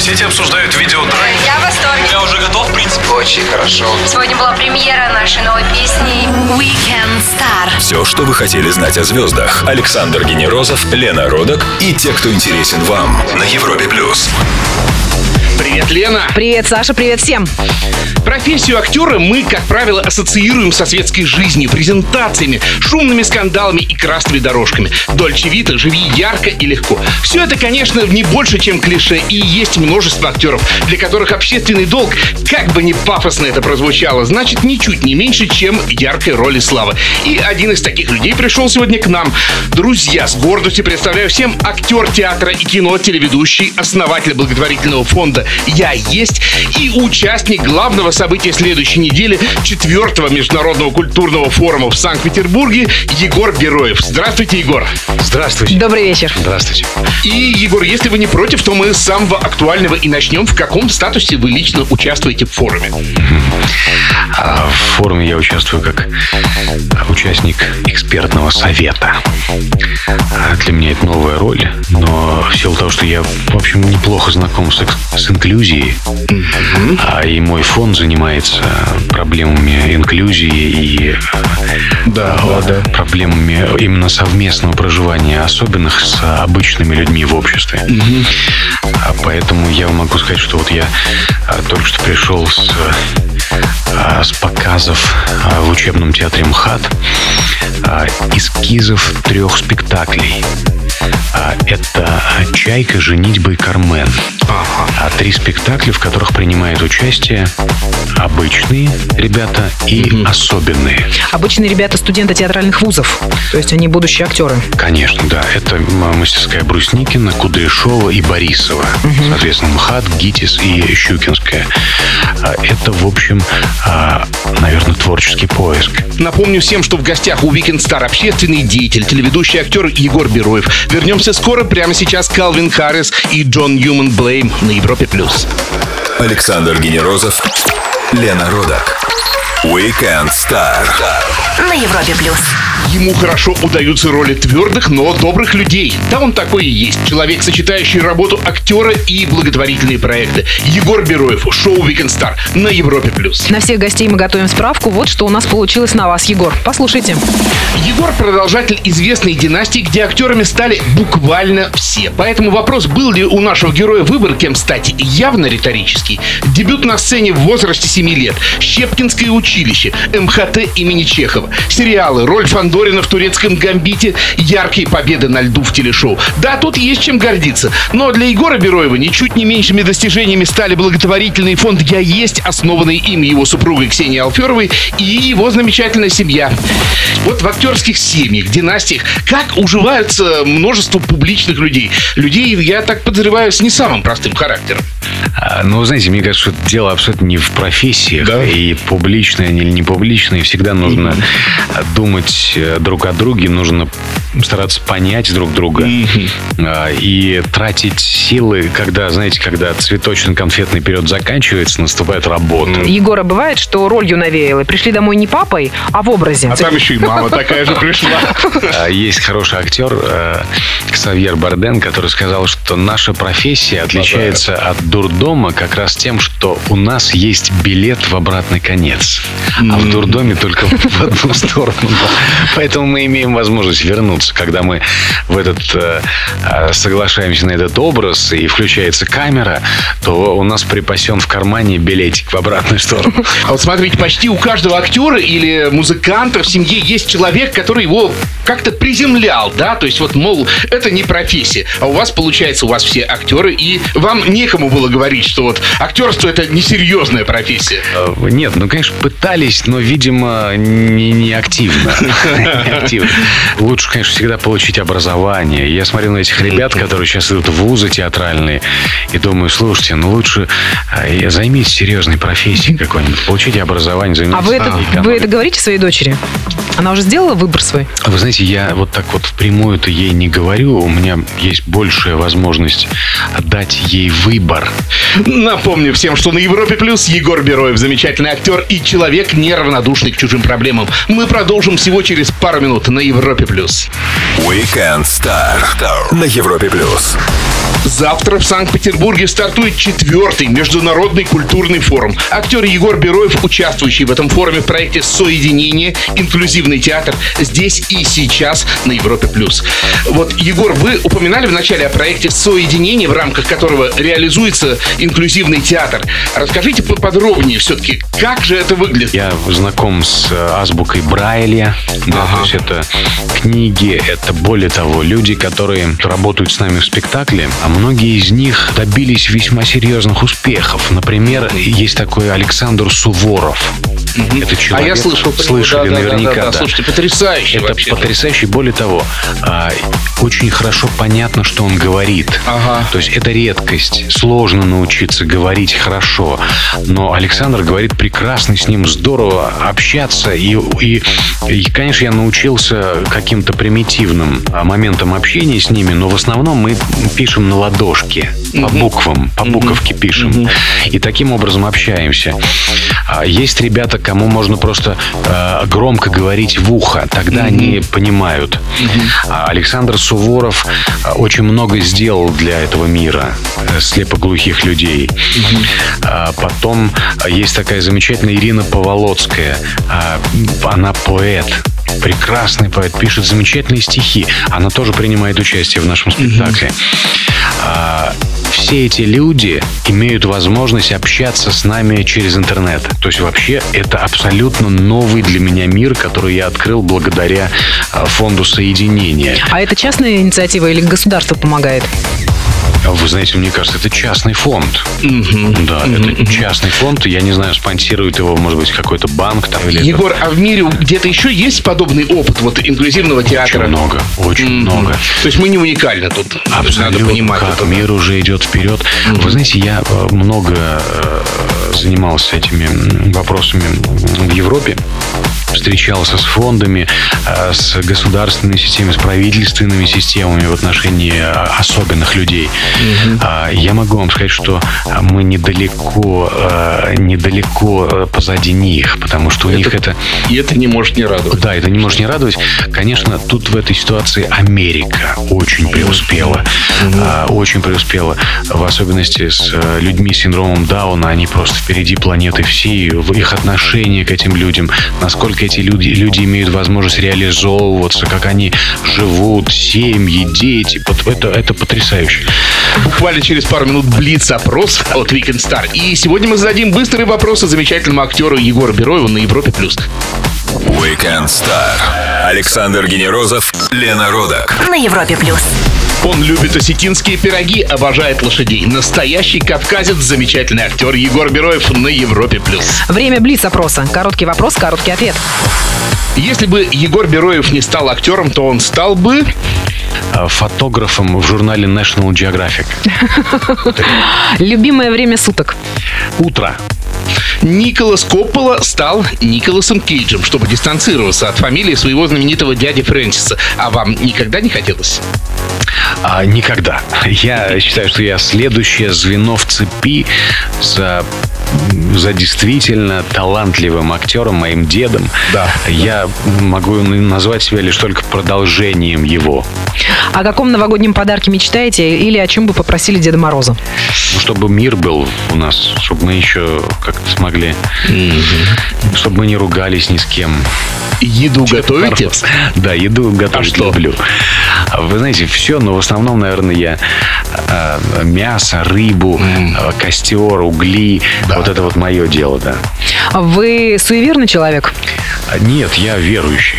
соцсети обсуждают видеотрек. Я в восторге. Я уже готов, в принципе. Очень хорошо. Сегодня была премьера нашей новой песни Weekend Star. Все, что вы хотели знать о звездах. Александр Генерозов, Лена Родок и те, кто интересен вам на Европе+. Привет, Лена. Привет, Саша, привет всем. Профессию актера мы, как правило, ассоциируем со светской жизнью, презентациями, шумными скандалами и красными дорожками. Дольче Вита, живи ярко и легко. Все это, конечно, не больше, чем клише, и есть множество актеров, для которых общественный долг, как бы ни пафосно это прозвучало, значит ничуть не меньше, чем яркая роль и слава. И один из таких людей пришел сегодня к нам. Друзья, с гордостью представляю всем актер театра и кино, телеведущий, основатель благотворительного фонда «Я есть» и участник главного события следующей недели 4-го международного культурного форума в Санкт-Петербурге Егор Бероев. Здравствуйте, Егор. Здравствуйте. Добрый вечер. Здравствуйте. И, Егор, если вы не против, то мы с самого актуального и начнем. В каком статусе вы лично участвуете в форуме? В форуме я участвую как участник экспертного совета. Для меня это новая роль, но в силу того, что я, в общем, неплохо знаком с инклюзией, и мой фонд занимается проблемами инклюзии и проблемами именно совместного проживания особенных с обычными людьми в обществе. Поэтому я могу сказать, что вот я только что пришел с показов в учебном театре МХАТ эскизов 3 спектаклей. Это «Чайка», «Женитьба» и «Кармен». 3 спектакля, в которых принимают участие обычные ребята и особенные. Обычные ребята — студенты театральных вузов, то есть они будущие актеры. Конечно, да. Это мастерская Брусникина, Кудряшова и Борисова. Соответственно, МХАТ, ГИТИС и Щукинская. Это, в общем, наверное, творческий поиск. Напомню всем, что в гостях у Weekend Star общественный деятель, телеведущий актер Егор Бероев. Вернемся скоро. Прямо сейчас Калвин Харрис и Джон Ньюман Блейм на Европе+. Александр Генерозов, Лена Родок. Weekend Star На Европе+. Ему хорошо удаются роли твердых, но добрых людей. Да, он такой и есть. Человек, сочетающий работу актера и благотворительные проекты. Егор Бероев, шоу Weekend Star на Европе+. На всех гостей мы готовим справку. Вот что у нас получилось на вас, Егор. Послушайте. Егор – продолжатель известной династии, где актерами стали буквально все. Поэтому вопрос, был ли у нашего героя выбор, кем стать, явно риторический. Дебют на сцене в возрасте 7 лет. Щепкинское училище, МХТ имени Чехова. Сериалы, роль Фандорина в турецком «Гамбите», яркие победы на льду в телешоу. Да, тут есть чем гордиться. Но для Егора Бероева ничуть не меньшими достижениями стали благотворительный фонд «Я есть», основанный им и его супругой Ксенией Алферовой, и его замечательная семья. Вот в актерских семьях, династиях, как уживаются множество публичных людей. Людей, я так подозреваю, с не самым простым характером. Ну, вы знаете, мне кажется, что дело абсолютно не в профессиях. Да. И публичное или не публичное. Всегда нужно думать друг о друге, нужно стараться понять друг друга. И тратить силы, когда, знаете, когда цветочно-конфетный период заканчивается, наступает работа. Егора, бывает, что ролью навеяло. Пришли домой не папой, а в образе. А там еще и мама такая же пришла. Есть хороший актер Ксавьер Барден, который сказал, что наша профессия отличается от дурдома как раз тем, что у нас есть билет в обратный конец, а в дурдоме только в одну сторону. Поэтому мы имеем возможность вернуться, когда мы соглашаемся на этот образ и включается камера, то у нас припасен в кармане билетик в обратную сторону. А вот смотрите, почти у каждого актера или музыканта в семье есть человек, который его как-то приземлял, да, то есть вот, мол, это не профессия, а у вас, получается, у вас все актеры, и вам некому было говорить, что вот актерство — это несерьезная профессия. Нет, ну, конечно, пытались, но, видимо, не активно. Лучше, конечно, всегда получить образование. Я смотрю на этих ребят, которые сейчас идут в вузы театральные, и думаю, слушайте, ну лучше займитесь серьезной профессией какой-нибудь, получите образование, займитесь. А вы это говорите своей дочери? Она уже сделала выбор свой? Вы знаете, я вот так вот впрямую-то ей не говорю. У меня есть большая возможность дать ей выбор. Напомню всем, что на Европе Плюс Егор Бероев, замечательный актер и человек, неравнодушный к чужим проблемам. Мы продолжим всего через пару минут на Европе Плюс. Weekend Star на Европе Плюс. Завтра в Санкт-Петербурге стартует 4-й международный культурный форум. Актер Егор Бероев, участвующий в этом форуме в проекте «Соединение. Инклюзивный театр» здесь и сейчас на Европе+. Вот, Егор, вы упоминали в начале о проекте «Соединение», в рамках которого реализуется инклюзивный театр. Расскажите поподробнее все-таки, как же это выглядит? Я знаком с азбукой Брайля. Да, то есть это книги, это, более того, люди, которые работают с нами в спектакле, а многие из них добились весьма серьезных успехов. Например, есть такой Александр Суворов. Это человек, я слышал, слышали наверняка. Да. Слушайте, потрясающий это вообще. Потрясающий. Более того, очень хорошо понятно, что он говорит. То есть это редкость. Сложно научиться говорить хорошо. Но Александр говорит прекрасно, с ним здорово общаться. И конечно, я научился каким-то примитивным моментам общения с ними, но в основном мы пишем на ладошке, по буквам, по буковке пишем. И таким образом общаемся. Есть ребята, кому можно просто громко говорить в ухо, тогда они понимают. Александр Суворов очень много сделал для этого мира, слепоглухих людей. Потом есть такая замечательная Ирина Поволоцкая. Она поэт. Прекрасный поэт, пишет замечательные стихи. Она тоже принимает участие в нашем спектакле. Все эти люди имеют возможность общаться с нами через интернет. То есть вообще это абсолютно новый для меня мир, который я открыл благодаря фонду «Соединение». А это частная инициатива или государство помогает? Вы знаете, мне кажется, это частный фонд. Да, это частный фонд. Я не знаю, спонсирует его, может быть, какой-то банк там или... Егор, а в мире где-то еще есть подобный опыт вот инклюзивного театра? Очень много. То есть мы не уникальны тут. Абсолютно. Надо понимать это. Мир уже идет вперед. Вы знаете, я много занимался этими вопросами в Европе. Встречался с фондами, с государственными системами, с правительственными системами в отношении особенных людей. Я могу вам сказать, что мы недалеко позади них, потому что у них это... И это не может не радовать. Да, это не может не радовать. Конечно, тут в этой ситуации Америка очень преуспела. Очень преуспела. В особенности с людьми с синдромом Дауна. Они просто впереди планеты всей. В их отношении к этим людям. Насколько эти люди имеют возможность реализовываться, как они живут, семьи, дети. Это потрясающе. Буквально через пару минут блиц-опрос от Weekend Star. И сегодня мы зададим быстрые вопросы замечательному актеру Егору Бероеву на Европе+. Weekend Star. Александр Генерозов, Лена Родак. На Европе+. Он любит осетинские пироги, обожает лошадей. Настоящий кавказец, замечательный актер Егор Бероев на Европе+. Время блиц-опроса. Короткий вопрос, короткий ответ. Если бы Егор Бероев не стал актером, то он стал бы... фотографом в журнале National Geographic. Любимое время суток. Утро. Николас Коппола стал Николасом Кейджем, чтобы дистанцироваться от фамилии своего знаменитого дяди Фрэнсиса. А вам никогда не хотелось? Никогда. Я считаю, что я следующее звено в цепи за действительно талантливым актером, моим дедом. Да. Я могу назвать себя лишь только продолжением его. О каком новогоднем подарке мечтаете или о чем бы попросили Деда Мороза? Чтобы мир был у нас, чтобы мы еще как-то смогли, чтобы мы не ругались ни с кем. Еду готовите? Да, еду готовить люблю. Вы знаете, все, но в основном, наверное, я мясо, рыбу, костер, угли. Да. Вот это вот мое дело, да. Вы суеверный человек? Нет, я верующий.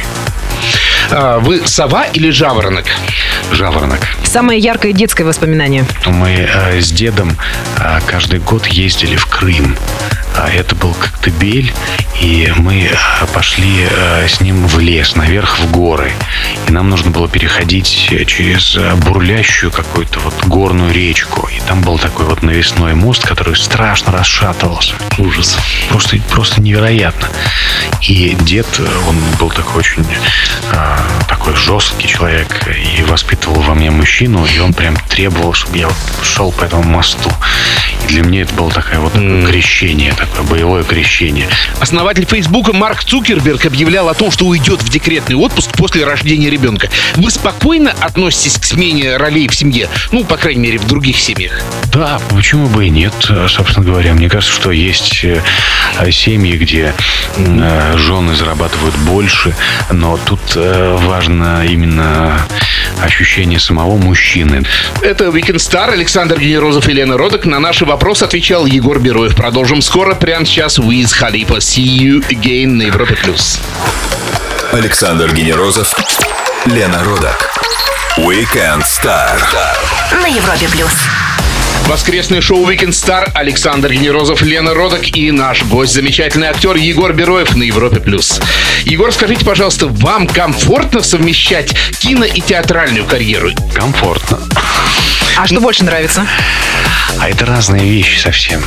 Вы сова или жаворонок? Жаворонок. Самое яркое детское воспоминание? Мы с дедом каждый год ездили в Крым. Это был Коктебель, и мы пошли с ним в лес, наверх в горы. И нам нужно было переходить через бурлящую какую-то вот горную речку. И там был такой вот навесной мост, который страшно расшатывался. Ужас. Просто невероятно. И дед, он был такой очень такой жесткий человек и воспитывал во мне мужчину. И он прям требовал, чтобы я вот шел по этому мосту. Для меня это было такое крещение, такое боевое крещение. Основатель Фейсбука Марк Цукерберг объявлял о том, что уйдет в декретный отпуск после рождения ребенка. Вы спокойно относитесь к смене ролей в семье? Ну, по крайней мере, в других семьях. Да, почему бы и нет, собственно говоря. Мне кажется, что есть семьи, где жены зарабатывают больше, но тут важно именно ощущение самого мужчины. Это Weekend Star, Александр Генерозов и Лена Родок. На наши вопросы отвечал Егор Бероев. Продолжим скоро, прямо сейчас. Wiz Khalifa. See you again на Европе+. Александр Генерозов, Лена Родок. Weekend Star На Европе+. Воскресное шоу Weekend Star. Александр Генерозов, Лена Родок и наш гость, замечательный актер Егор Бероев на Европе+. Егор, скажите, пожалуйста, вам комфортно совмещать кино и театральную карьеру? Комфортно. А что больше нравится? А это разные вещи совсем.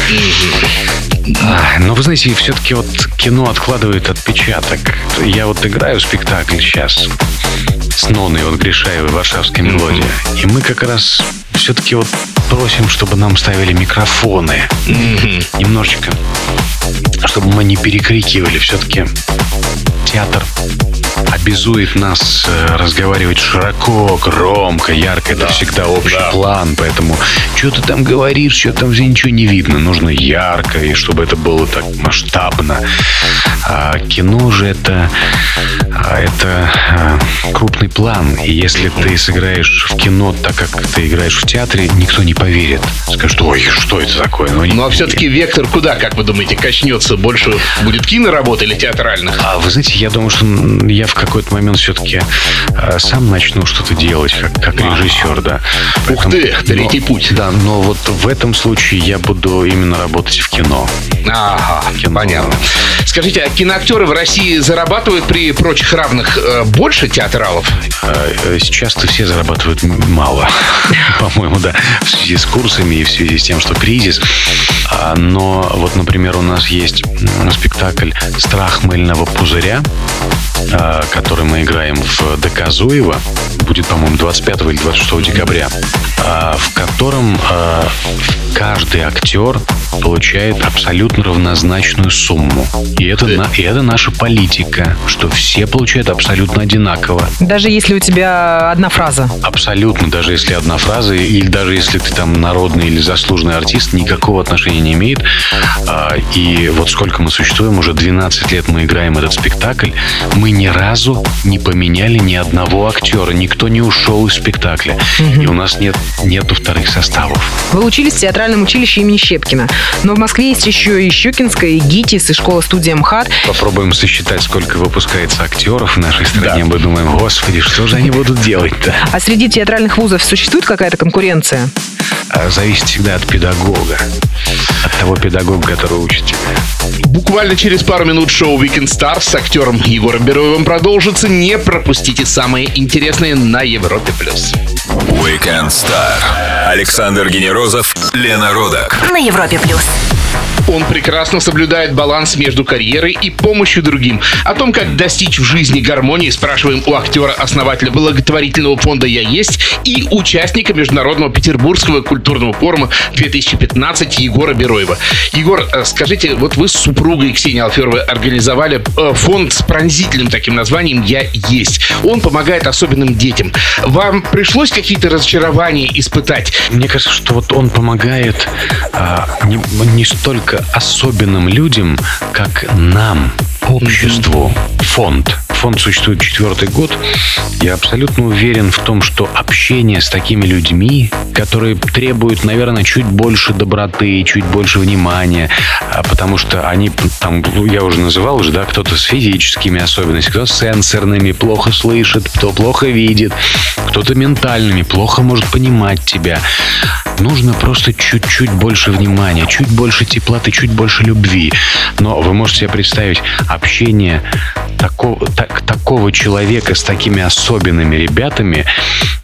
Но вы знаете, все-таки кино откладывает отпечаток. Я играю спектакль сейчас с Ноной Гришаевой «Варшавская мелодия». И мы как раз все-таки просим, чтобы нам ставили микрофоны. Немножечко. Чтобы мы не перекрикивали. Все-таки театр обязует нас разговаривать широко, громко, ярко. Это всегда общий план. Поэтому что ты там говоришь, что там ничего не видно. Нужно ярко, и чтобы это было так масштабно. А кино же это крупный план. И если ты сыграешь в кино так, как ты играешь в театре, никто не поверит. Скажут: ой, что это такое? Ну а все-таки вектор куда, как вы думаете, качнется? Больше будет киноработы или театральных? А вы знаете, я думаю, что я в какой-то момент все-таки сам начну что-то делать, как режиссер, да. Ух ты, третий путь. Да, но в этом случае я буду именно работать в кино. Ага, понятно. Скажите, а киноактеры в России зарабатывают при прочих равных больше театралов? Сейчас-то все зарабатывают мало, по-моему, да, в связи с курсами и в связи с тем, что кризис. Но например, у нас есть спектакль «Страх мыльного пузыря», который мы играем в ДК Зуева. Будет, по-моему, 25 или 26 декабря. В котором каждый актер получает абсолютно равнозначную сумму. И это наша политика, что все получают абсолютно одинаково. Даже если у тебя одна фраза? Абсолютно. Даже если одна фраза, или даже если ты там народный или заслуженный артист, никакого отношения не имеет. И сколько мы существуем, уже 12 лет мы играем этот спектакль, мы ни разу не поменяли ни одного актера. Никто не ушел из спектакля. И у нас нету вторых составов. Вы учились в театральном училище имени Щепкина. Но в Москве есть еще и Щукинская, и ГИТИС, и школа-студия МХАТ. Попробуем сосчитать, сколько выпускается актеров в нашей стране. Мы думаем: господи, что же они будут делать-то? А среди театральных вузов существует какая-то конкуренция? Зависит всегда от педагога. От того педагога, который учит тебя. Буквально через пару минут шоу Weekend Star с актером Егором Бероевым продолжится. Не пропустите самое интересное на Европе+. Weekend Star. Александр Генерозов, Лена Родок. На Европе+. Он прекрасно соблюдает баланс между карьерой и помощью другим. О том, как достичь в жизни гармонии, спрашиваем у актера, основателя благотворительного фонда «Я есть» и участника Международного Петербургского культурного форума 2015 Егора Бероева. Егор, скажите, вы с супругой Ксенией Алферовой организовали фонд с пронзительным таким названием «Я есть». Он помогает особенным детям. Вам пришлось какие-то разочарования испытать? Мне кажется, что он помогает не столько особенным людям, как нам, обществу. Фонд существует 4-й год. Я абсолютно уверен в том, что общение с такими людьми, которые требуют, наверное, чуть больше доброты, чуть больше внимания, потому что они там, я уже называл уже, да, кто-то с физическими особенностями, кто с сенсорными, плохо слышит, кто плохо видит, кто-то ментальными, плохо может понимать тебя. Нужно просто чуть-чуть больше внимания, чуть больше теплоты, чуть больше любви. Но вы можете себе представить общение такого человека с такими особенными ребятами,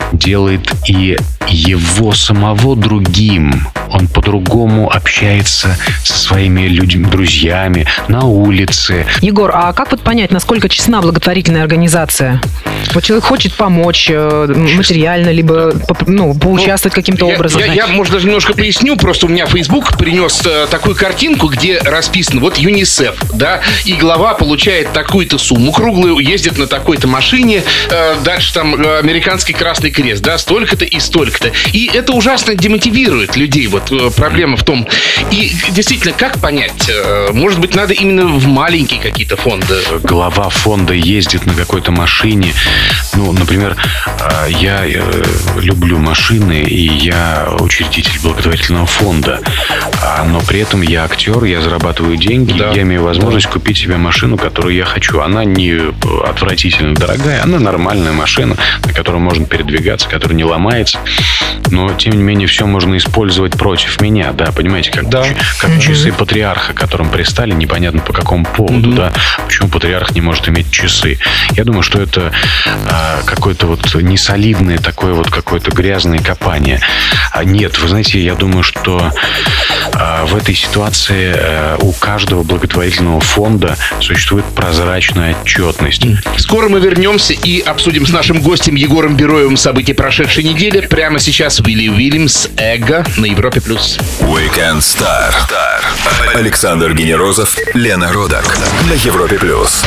делает и его самого другим. Он по-другому общается со своими друзьями на улице. Егор, а как вот понять, насколько честна благотворительная организация? Вот человек хочет помочь материально, либо поучаствовать каким-то образом. Я, может, даже немножко поясню. Просто у меня Facebook принес такую картинку, где расписано вот ЮНИСЕФ, да, и глава получает такую-то сумму круглую, ездит на такой-то машине, дальше там американский Красный Крест, да, столько-то и столько-то. И это ужасно демотивирует людей. Вот проблема в том. И действительно, как понять? Может быть, надо именно в маленькие какие-то фонды? Глава фонда ездит на какой-то машине. Ну, например, я люблю машины, и я учредитель благотворительного фонда. Но при этом я актер, я зарабатываю деньги, да. Я имею возможность купить себе машину, которую я хочу. Она не отвратительно дорогая, она нормальная машина, на которой можно передвигаться, которая не ломается. Но, тем не менее, все можно использовать против меня, да, понимаете, как часы патриарха, к которым пристали, непонятно по какому поводу, да, почему патриарх не может иметь часы. Я думаю, что это какое-то вот несолидное такое вот какое-то грязное копание. Нет, вы знаете, я думаю, что в этой ситуации у каждого благотворительного фонда существует прозрачная отчетность. Скоро мы вернемся и обсудим с нашим гостем Егором Бероевым события прошедшей недели. Прямо сейчас Уилли Уильямс, «Эго» на Европе+. Weekend Star. Александр Генерозов, Лена Родак на Европе+.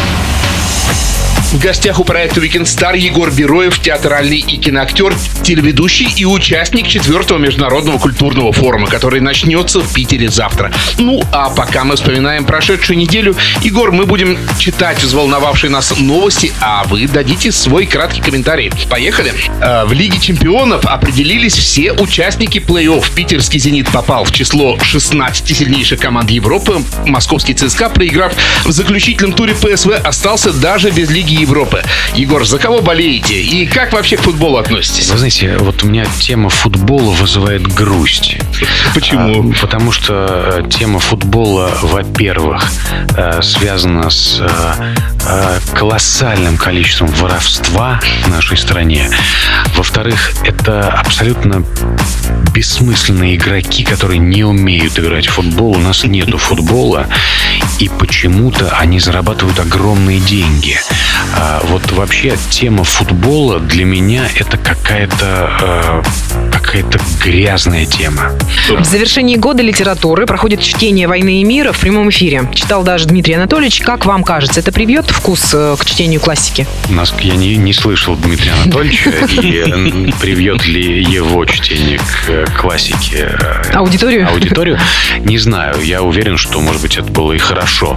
В гостях у проекта Weekend Star Егор Бероев, театральный и киноактер, телеведущий и участник 4-го международного культурного форума, который начнется в Питере завтра. Ну, а пока мы вспоминаем прошедшую неделю, Егор, мы будем читать взволновавшие нас новости, а вы дадите свой краткий комментарий. Поехали! В Лиге чемпионов определились все участники плей-офф. Питерский «Зенит» попал в число 16 сильнейших команд Европы. Московский ЦСКА, проиграв в заключительном туре ПСВ, остался даже без Лиги Европы. Егор, за кого болеете? И как вообще к футболу относитесь? Вы знаете, вот у меня тема футбола вызывает грусть. Почему? Потому что тема футбола, во-первых, связана с колоссальным количеством воровства в нашей стране. Во-вторых, это абсолютно бессмысленные игроки, которые не умеют играть в футбол. У нас нету футбола, и почему-то они зарабатывают огромные деньги. Вот вообще тема футбола для меня это какая-то грязная тема. В завершении года литературы проходит чтение «Войны и мира» в прямом эфире. Читал даже Дмитрий Анатольевич. Как вам кажется, это привьет вкус к чтению классики? Я не слышал Дмитрия Анатольевича, и привьет ли его чтение к классике аудиторию? Не знаю. Я уверен, что, может быть, это было и хорошо.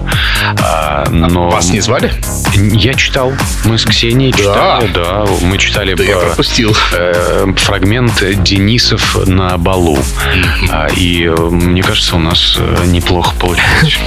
Но вас не звали? Я читал. Мы с Ксенией читали. Да, мы читали я пропустил. Фрагмент «Денисов на балу». И мне кажется, у нас неплохо получилось.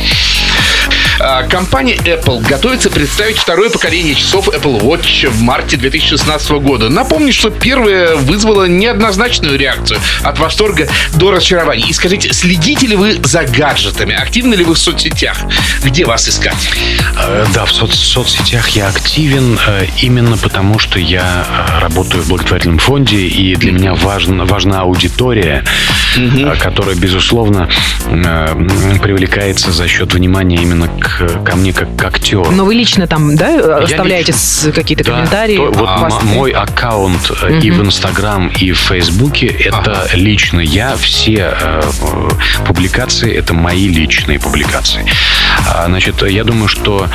Компания Apple готовится представить второе поколение часов Apple Watch в марте 2016 года. Напомню, что первое вызвало неоднозначную реакцию от восторга до разочарования. И скажите, следите ли вы за гаджетами? Активны ли вы в соцсетях? Где вас искать? Да, в соцсетях я активен именно потому, что я работаю в благотворительном фонде, и для меня важна аудитория, которая, безусловно, привлекается за счет внимания именно ко мне как к актеру. Но вы лично там, да, оставляете какие-то комментарии? Вот мой аккаунт и в Инстаграм, и в Фейсбуке это лично я. Все публикации это мои личные публикации. Значит, я думаю, что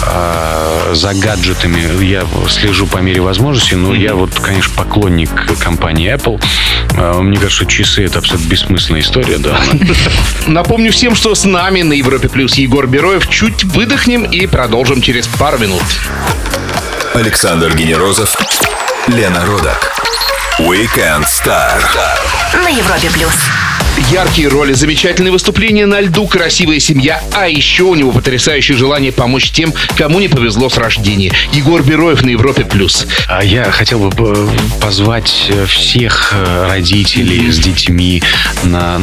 за гаджетами я слежу по мере возможности, но я вот, конечно, поклонник компании Apple. Мне кажется, часы это абсолютно бессмысленная история, да. Напомню всем, что с нами на Европе Плюс Егор Бероев. Чуть выдохнем и продолжим через пару минут. Александр Генерозов, Лена Родак. Weekend Star. На Европе Плюс. яркие роли, замечательные выступления на льду, красивая семья, а еще у него потрясающее желание помочь тем, кому не повезло с рождения. Егор Бероев на Европе+. А я хотел бы позвать всех родителей с детьми на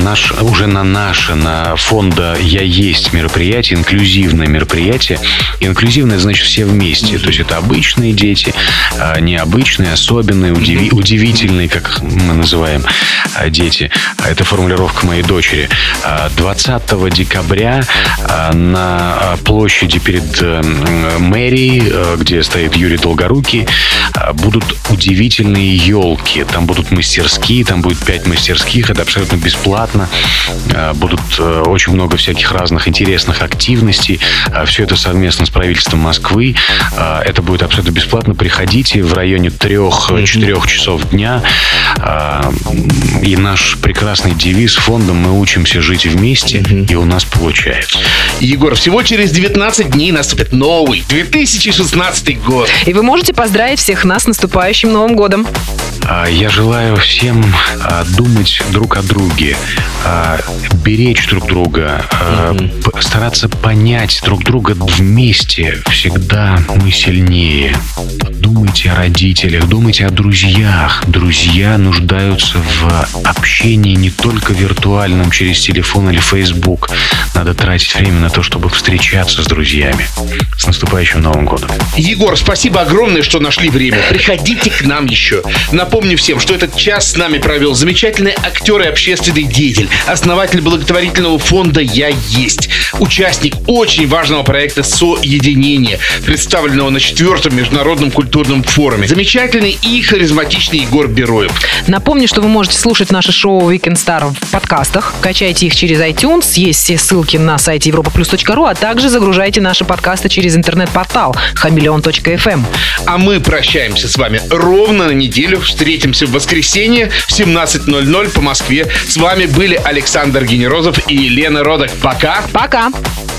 фонда «Я есть» мероприятие, инклюзивное мероприятие. Инклюзивное значит все вместе. То есть это обычные дети, необычные, особенные, удивительные, как мы называем, дети. Это формулировка моей дочери. 20 декабря на площади перед мэрией, где стоит Юрий Долгорукий, будут удивительные елки. Там будут мастерские, там будет 5 мастерских. Это абсолютно бесплатно. Будут очень много всяких разных интересных активностей. Все это совместно с правительством Москвы. Это будет абсолютно бесплатно. Приходите в районе 3-4 часов дня. И наш прекрасный девиз фонда «Мы учимся жить вместе», и у нас получается. Егор, всего через 19 дней наступит новый 2016 год. И вы можете поздравить всех нас с наступающим Новым годом. Я желаю всем думать друг о друге, беречь друг друга, стараться понять друг друга вместе. Всегда мы сильнее. Думайте о родителях, думайте о друзьях. Друзья нуждаются в общении не только виртуальном через телефон или Facebook. Надо тратить время на то, чтобы встречаться с друзьями. С наступающим Новым годом. Егор, спасибо огромное, что нашли время. Приходите к нам еще. Напомню всем, что этот час с нами провел замечательный актер и общественный деятель, основатель благотворительного фонда «Я есть», участник очень важного проекта «Соединение», представленного на 4-м международном культурном форуме. Замечательный и харизматичный Егор Бероев. Напомню, что вы можете слушать наше шоу Weekend Star в подкастах. Качайте их через iTunes. Есть все ссылки на сайте europaplus.ru, а также загружайте наши подкасты через интернет-портал chameleon.fm. А мы прощаемся с вами ровно на неделю. Встретимся в воскресенье в 17:00 по Москве. С вами были Александр Генерозов и Лена Родок. Пока. Пока.